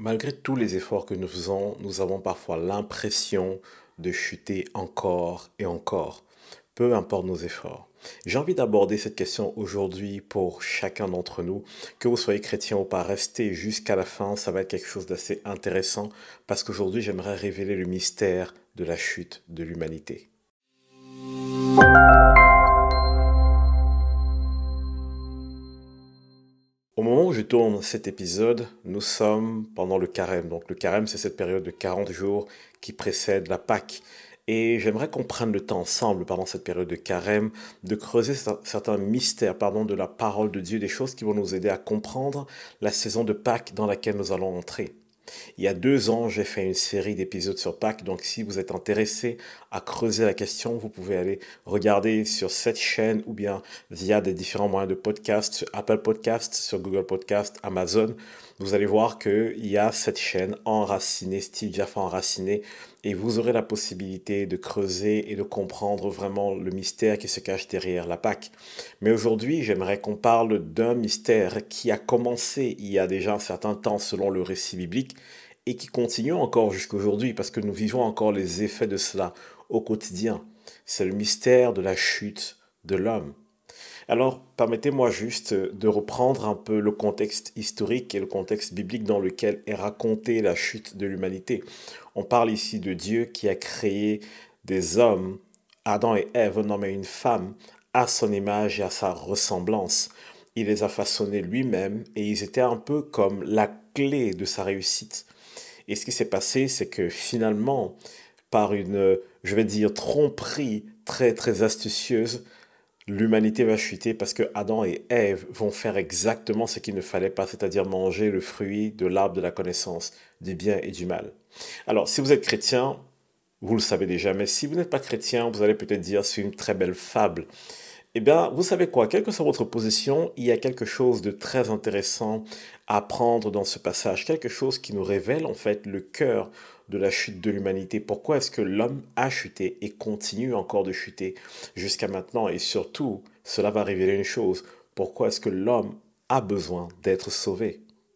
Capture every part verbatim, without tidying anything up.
Malgré tous les efforts que nous faisons, nous avons parfois l'impression de chuter encore et encore, peu importe nos efforts. J'ai envie d'aborder cette question aujourd'hui pour chacun d'entre nous, que vous soyez chrétien ou pas, restez jusqu'à la fin, ça va être quelque chose d'assez intéressant parce qu'aujourd'hui j'aimerais révéler le mystère de la chute de l'humanité. Au moment où je tourne cet épisode, nous sommes pendant le carême. Donc le carême, c'est cette période de quarante jours qui précède la Pâque. Et j'aimerais qu'on prenne le temps ensemble, pendant cette période de carême, de creuser cer- certains mystères, pardon, de la parole de Dieu, des choses qui vont nous aider à comprendre la saison de Pâques dans laquelle nous allons entrer. Il y a deux ans, j'ai fait une série d'épisodes sur Pâques, donc si vous êtes intéressé à creuser la question, vous pouvez aller regarder sur cette chaîne ou bien via des différents moyens de podcast, sur Apple Podcast, sur Google Podcast, Amazon. Vous allez voir qu'il y a cette chaîne enracinée, Steve Jaffa enraciné, et vous aurez la possibilité de creuser et de comprendre vraiment le mystère qui se cache derrière la Pâque. Mais aujourd'hui, j'aimerais qu'on parle d'un mystère qui a commencé il y a déjà un certain temps selon le récit biblique et qui continue encore jusqu'à aujourd'hui parce que nous vivons encore les effets de cela au quotidien. C'est le mystère de la chute de l'homme. Alors, permettez-moi juste de reprendre un peu le contexte historique et le contexte biblique dans lequel est racontée la chute de l'humanité. On parle ici de Dieu qui a créé des hommes, Adam et Ève, un homme et une femme, à son image et à sa ressemblance. Il les a façonnés lui-même et ils étaient un peu comme la clé de sa réussite. Et ce qui s'est passé, c'est que finalement, par une, je vais dire, tromperie très très astucieuse, l'humanité va chuter parce que Adam et Ève vont faire exactement ce qu'il ne fallait pas, c'est-à-dire manger le fruit de l'arbre de la connaissance du bien et du mal. Alors, si vous êtes chrétien, vous le savez déjà, mais si vous n'êtes pas chrétien, vous allez peut-être dire c'est une très belle fable. Eh bien, vous savez quoi, quelle que soit votre position, il y a quelque chose de très intéressant à apprendre dans ce passage, quelque chose qui nous révèle en fait le cœur de la chute de l'humanité. Pourquoi est-ce que l'homme a chuté et continue encore de chuter jusqu'à maintenant? Et surtout, cela va révéler une chose, pourquoi est-ce que l'homme a besoin d'être sauvé?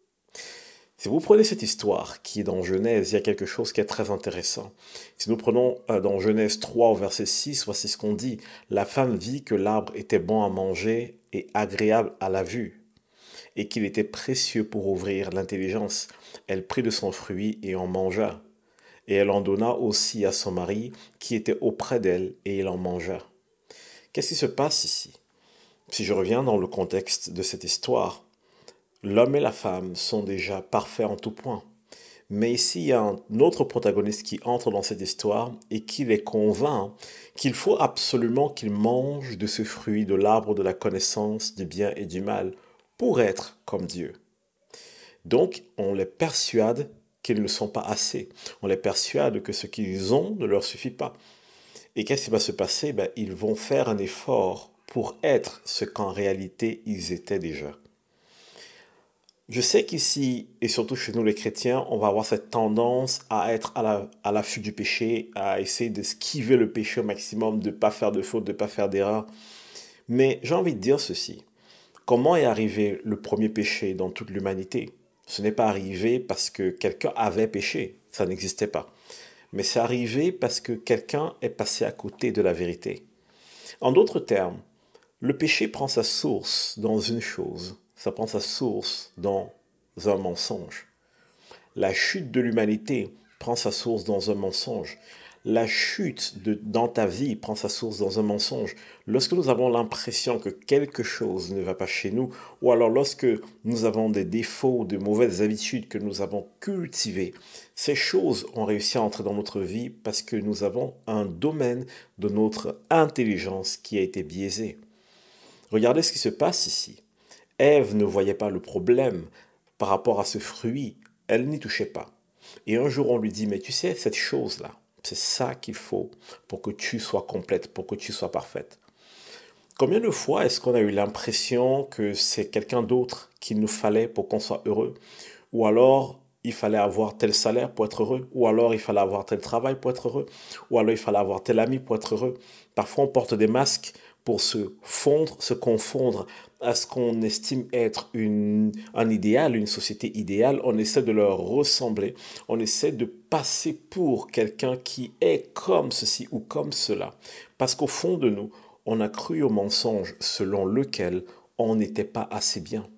Si vous prenez cette histoire qui est dans Genèse, il y a quelque chose qui est très intéressant. Si nous prenons euh, dans Genèse trois au verset six, voici ce qu'on dit. La femme vit que l'arbre était bon à manger et agréable à la vue, et qu'il était précieux pour ouvrir l'intelligence. Elle prit de son fruit et en mangea. Et elle en donna aussi à son mari qui était auprès d'elle, et il en mangea. Qu'est-ce qui se passe ici? Si je reviens dans le contexte de cette histoire, l'homme et la femme sont déjà parfaits en tout point. Mais ici, il y a un autre protagoniste qui entre dans cette histoire et qui les convainc qu'il faut absolument qu'ils mangent de ce fruit de l'arbre de la connaissance du bien et du mal pour être comme Dieu. Donc, on les persuade qu'ils ne sont pas assez. On les persuade que ce qu'ils ont ne leur suffit pas. Et qu'est-ce qui va se passer? Ben, ils vont faire un effort pour être ce qu'en réalité ils étaient déjà. Je sais qu'ici, et surtout chez nous les chrétiens, on va avoir cette tendance à être à la, à l'affût du péché, à essayer d'esquiver le péché au maximum, de ne pas faire de faute, de ne pas faire d'erreur. Mais j'ai envie de dire ceci. Comment est arrivé le premier péché dans toute l'humanité? Ce n'est pas arrivé parce que quelqu'un avait péché, ça n'existait pas. Mais c'est arrivé parce que quelqu'un est passé à côté de la vérité. En d'autres termes, le péché prend sa source dans une chose, ça prend sa source dans un mensonge. La chute de l'humanité prend sa source dans un mensonge. La chute de, dans ta vie prend sa source dans un mensonge. Lorsque nous avons l'impression que quelque chose ne va pas chez nous, ou alors lorsque nous avons des défauts, de mauvaises habitudes que nous avons cultivées, ces choses ont réussi à entrer dans notre vie parce que nous avons un domaine de notre intelligence qui a été biaisé. Regardez ce qui se passe ici. Ève ne voyait pas le problème par rapport à ce fruit. Elle n'y touchait pas. Et un jour, on lui dit, mais tu sais, cette chose-là, c'est ça qu'il faut pour que tu sois complète, pour que tu sois parfaite. Combien de fois est-ce qu'on a eu l'impression que c'est quelqu'un d'autre qu'il nous fallait pour qu'on soit heureux? Ou alors, il fallait avoir tel salaire pour être heureux? Ou alors, il fallait avoir tel travail pour être heureux? Ou alors, il fallait avoir tel ami pour être heureux? Parfois, on porte des masques pour se fondre, se confondre à ce qu'on estime être une, un idéal, une société idéale, on essaie de leur ressembler, on essaie de passer pour quelqu'un qui est comme ceci ou comme cela. Parce qu'au fond de nous, on a cru au mensonge selon lequel on n'était pas assez bien.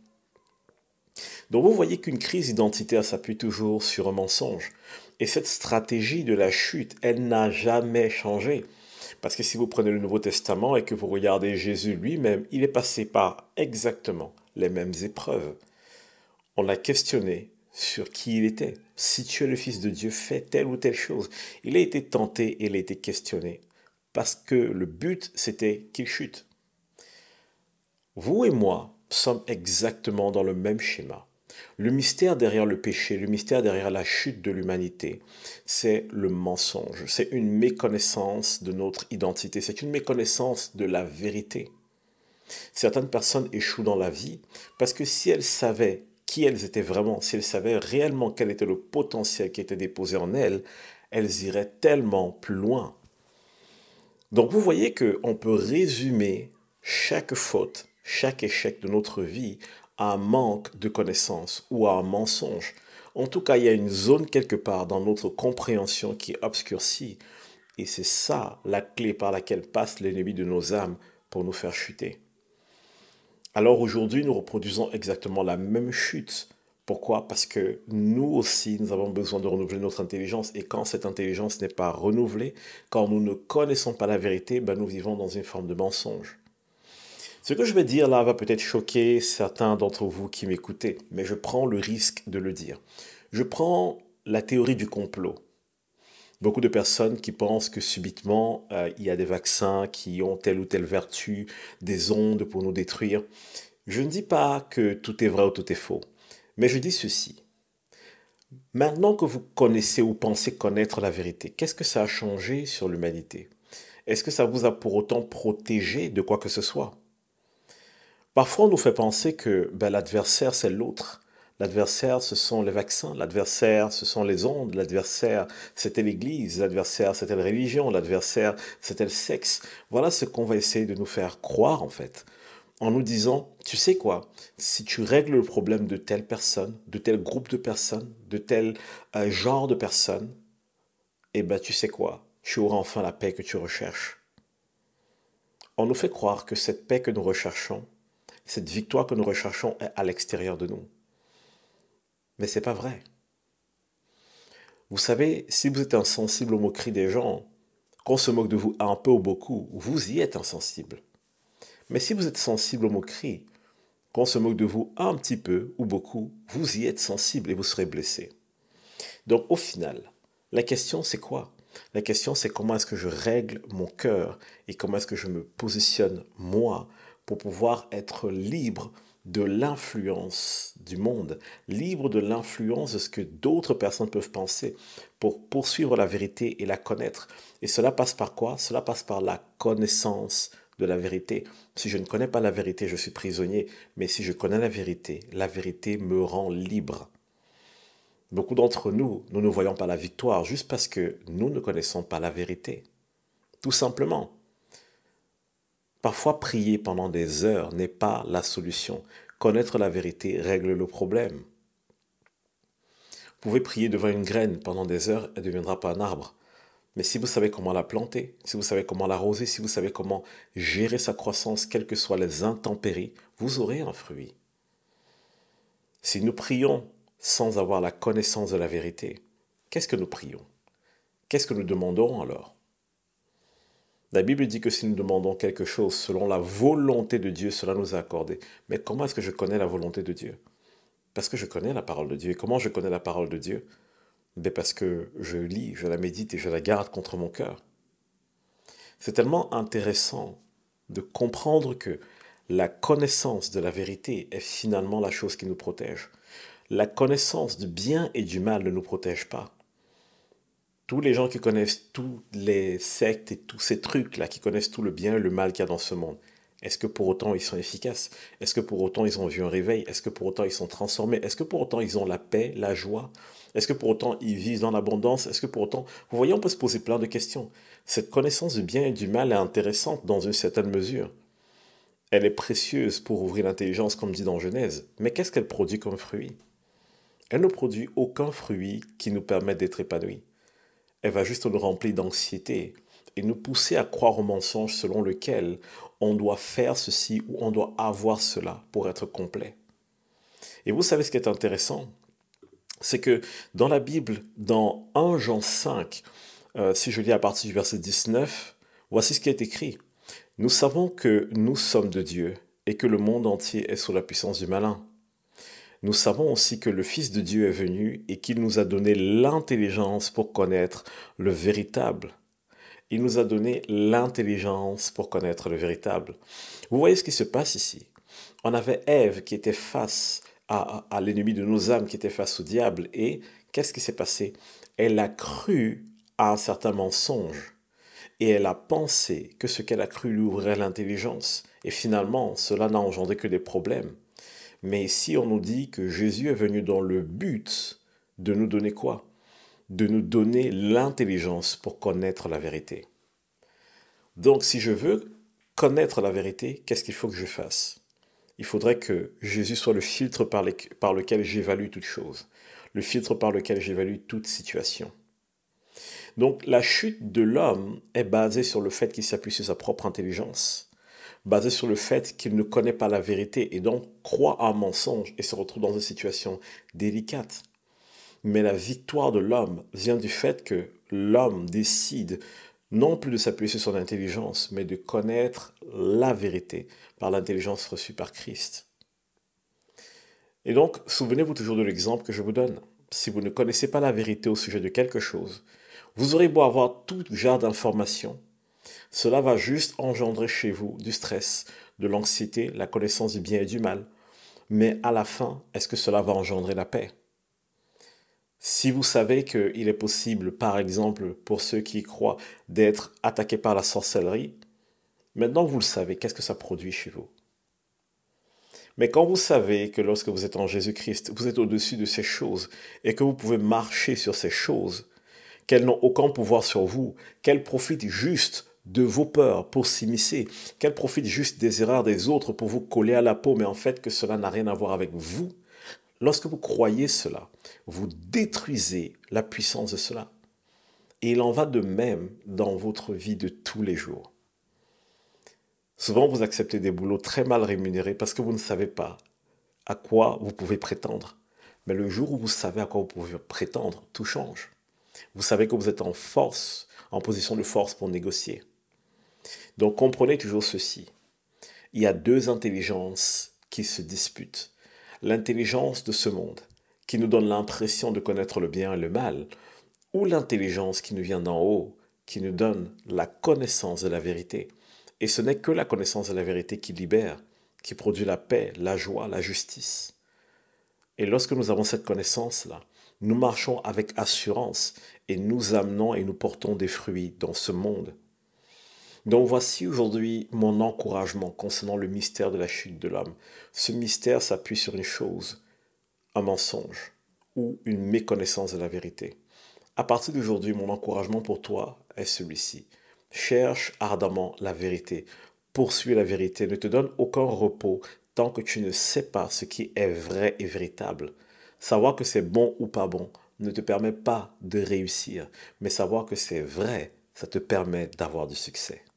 Donc vous voyez qu'une crise identitaire s'appuie toujours sur un mensonge. Et cette stratégie de la chute, elle n'a jamais changé. Parce que si vous prenez le Nouveau Testament et que vous regardez Jésus lui-même, il est passé par exactement les mêmes épreuves. On l'a questionné sur qui il était. Si tu es le Fils de Dieu, fais telle ou telle chose. Il a été tenté et il a été questionné. Parce que le but, c'était qu'il chute. Vous et moi sommes exactement dans le même schéma. Le mystère derrière le péché, le mystère derrière la chute de l'humanité, c'est le mensonge. C'est une méconnaissance de notre identité. C'est une méconnaissance de la vérité. Certaines personnes échouent dans la vie parce que si elles savaient qui elles étaient vraiment, si elles savaient réellement quel était le potentiel qui était déposé en elles, elles iraient tellement plus loin. Donc vous voyez qu'on peut résumer chaque faute, chaque échec de notre vie à un manque de connaissance ou à un mensonge. En tout cas, il y a une zone quelque part dans notre compréhension qui est obscurcie. Et c'est ça la clé par laquelle passe l'ennemi de nos âmes pour nous faire chuter. Alors aujourd'hui, nous reproduisons exactement la même chute. Pourquoi? Parce que nous aussi, nous avons besoin de renouveler notre intelligence. Et quand cette intelligence n'est pas renouvelée, quand nous ne connaissons pas la vérité, ben nous vivons dans une forme de mensonge. Ce que je vais dire là va peut-être choquer certains d'entre vous qui m'écoutez, mais je prends le risque de le dire. Je prends la théorie du complot. Beaucoup de personnes qui pensent que subitement, euh, il y a des vaccins qui ont telle ou telle vertu, des ondes pour nous détruire. Je ne dis pas que tout est vrai ou tout est faux, mais je dis ceci. Maintenant que vous connaissez ou pensez connaître la vérité, qu'est-ce que ça a changé sur l'humanité? Est-ce que ça vous a pour autant protégé de quoi que ce soit? Parfois, on nous fait penser que ben, l'adversaire, c'est l'autre. L'adversaire, ce sont les vaccins. L'adversaire, ce sont les ondes. L'adversaire, c'était l'Église. L'adversaire, c'était la religion. L'adversaire, c'était le sexe. Voilà ce qu'on va essayer de nous faire croire, en fait. En nous disant, tu sais quoi, si tu règles le problème de telle personne, de tel groupe de personnes, de tel euh, genre de personnes, eh ben, tu sais quoi, tu auras enfin la paix que tu recherches. On nous fait croire que cette paix que nous recherchons, cette victoire que nous recherchons est à l'extérieur de nous. Mais ce n'est pas vrai. Vous savez, si vous êtes insensible aux moqueries des gens, qu'on se moque de vous un peu ou beaucoup, vous y êtes insensible. Mais si vous êtes sensible aux moqueries, qu'on se moque de vous un petit peu ou beaucoup, vous y êtes sensible et vous serez blessé. Donc au final, la question c'est quoi? La question c'est comment est-ce que je règle mon cœur et comment est-ce que je me positionne moi pour pouvoir être libre de l'influence du monde, libre de l'influence de ce que d'autres personnes peuvent penser, pour poursuivre la vérité et la connaître. Et cela passe par quoi? Cela passe par la connaissance de la vérité. Si je ne connais pas la vérité, je suis prisonnier, mais si je connais la vérité, la vérité me rend libre. Beaucoup d'entre nous, nous ne voyons pas la victoire juste parce que nous ne connaissons pas la vérité. Tout simplement. Parfois, prier pendant des heures n'est pas la solution. Connaître la vérité règle le problème. Vous pouvez prier devant une graine pendant des heures, elle ne deviendra pas un arbre. Mais si vous savez comment la planter, si vous savez comment l'arroser, si vous savez comment gérer sa croissance, quelles que soient les intempéries, vous aurez un fruit. Si nous prions sans avoir la connaissance de la vérité, qu'est-ce que nous prions? Qu'est-ce que nous demandons alors? La Bible dit que si nous demandons quelque chose selon la volonté de Dieu, cela nous est accordé. Mais comment est-ce que je connais la volonté de Dieu? Parce que je connais la parole de Dieu. Et comment je connais la parole de Dieu? Ben parce que je lis, je la médite et je la garde contre mon cœur. C'est tellement intéressant de comprendre que la connaissance de la vérité est finalement la chose qui nous protège. La connaissance du bien et du mal ne nous protège pas. Tous les gens qui connaissent tous les sectes et tous ces trucs-là, qui connaissent tout le bien et le mal qu'il y a dans ce monde, est-ce que pour autant ils sont efficaces? Est-ce que pour autant ils ont vu un réveil? Est-ce que pour autant ils sont transformés? Est-ce que pour autant ils ont la paix, la joie? Est-ce que pour autant ils vivent dans l'abondance? Est-ce que pour autant... Vous voyez, on peut se poser plein de questions. Cette connaissance du bien et du mal est intéressante dans une certaine mesure. Elle est précieuse pour ouvrir l'intelligence, comme dit dans Genèse. Mais qu'est-ce qu'elle produit comme fruit? Elle ne produit aucun fruit qui nous permette d'être épanouis. Elle va juste nous remplir d'anxiété et nous pousser à croire au mensonge selon lequel on doit faire ceci ou on doit avoir cela pour être complet. Et vous savez ce qui est intéressant? C'est que dans la Bible, dans un Jean cinq, euh, si je lis à partir du verset dix-neuf, voici ce qui est écrit. Nous savons que nous sommes de Dieu et que le monde entier est sous la puissance du malin. Nous savons aussi que le Fils de Dieu est venu et qu'il nous a donné l'intelligence pour connaître le véritable. Il nous a donné l'intelligence pour connaître le véritable. Vous voyez ce qui se passe ici. On avait Ève qui était face à, à, à l'ennemi de nos âmes, qui était face au diable. Et qu'est-ce qui s'est passé? Elle a cru à un certain mensonge. Et elle a pensé que ce qu'elle a cru lui ouvrirait l'intelligence. Et finalement, cela n'a engendré que des problèmes. Mais ici, on nous dit que Jésus est venu dans le but de nous donner quoi? De nous donner l'intelligence pour connaître la vérité. Donc, si je veux connaître la vérité, qu'est-ce qu'il faut que je fasse? Il faudrait que Jésus soit le filtre par, les, par lequel j'évalue toute chose, le filtre par lequel j'évalue toute situation. Donc, la chute de l'homme est basée sur le fait qu'il s'appuie sur sa propre intelligence, basé sur le fait qu'il ne connaît pas la vérité et donc croit à un mensonge et se retrouve dans une situation délicate. Mais la victoire de l'homme vient du fait que l'homme décide non plus de s'appuyer sur son intelligence, mais de connaître la vérité par l'intelligence reçue par Christ. Et donc, souvenez-vous toujours de l'exemple que je vous donne. Si vous ne connaissez pas la vérité au sujet de quelque chose, vous aurez beau avoir tout genre d'informations, cela va juste engendrer chez vous du stress, de l'anxiété, la connaissance du bien et du mal. Mais à la fin, est-ce que cela va engendrer la paix? Si vous savez qu'il est possible, par exemple, pour ceux qui y croient, d'être attaqués par la sorcellerie, maintenant vous le savez, qu'est-ce que ça produit chez vous? Mais quand vous savez que lorsque vous êtes en Jésus-Christ, vous êtes au-dessus de ces choses et que vous pouvez marcher sur ces choses, qu'elles n'ont aucun pouvoir sur vous, qu'elles profitent juste de vos peurs pour s'immiscer, qu'elles profitent juste des erreurs des autres pour vous coller à la peau, mais en fait que cela n'a rien à voir avec vous. Lorsque vous croyez cela, vous détruisez la puissance de cela. Et il en va de même dans votre vie de tous les jours. Souvent, vous acceptez des boulots très mal rémunérés parce que vous ne savez pas à quoi vous pouvez prétendre. Mais le jour où vous savez à quoi vous pouvez prétendre, tout change. Vous savez que vous êtes en force, en position de force pour négocier. Donc comprenez toujours ceci. Il y a deux intelligences qui se disputent. L'intelligence de ce monde, qui nous donne l'impression de connaître le bien et le mal, ou l'intelligence qui nous vient d'en haut, qui nous donne la connaissance de la vérité. Et ce n'est que la connaissance de la vérité qui libère, qui produit la paix, la joie, la justice. Et lorsque nous avons cette connaissance-là, nous marchons avec assurance et nous amenons et nous portons des fruits dans ce monde. Donc voici aujourd'hui mon encouragement concernant le mystère de la chute de l'homme. Ce mystère s'appuie sur une chose, un mensonge ou une méconnaissance de la vérité. À partir d'aujourd'hui, mon encouragement pour toi est celui-ci. Cherche ardemment la vérité. Poursuis la vérité. Ne te donne aucun repos tant que tu ne sais pas ce qui est vrai et véritable. Savoir que c'est bon ou pas bon ne te permet pas de réussir, mais savoir que c'est vrai, ça te permet d'avoir du succès.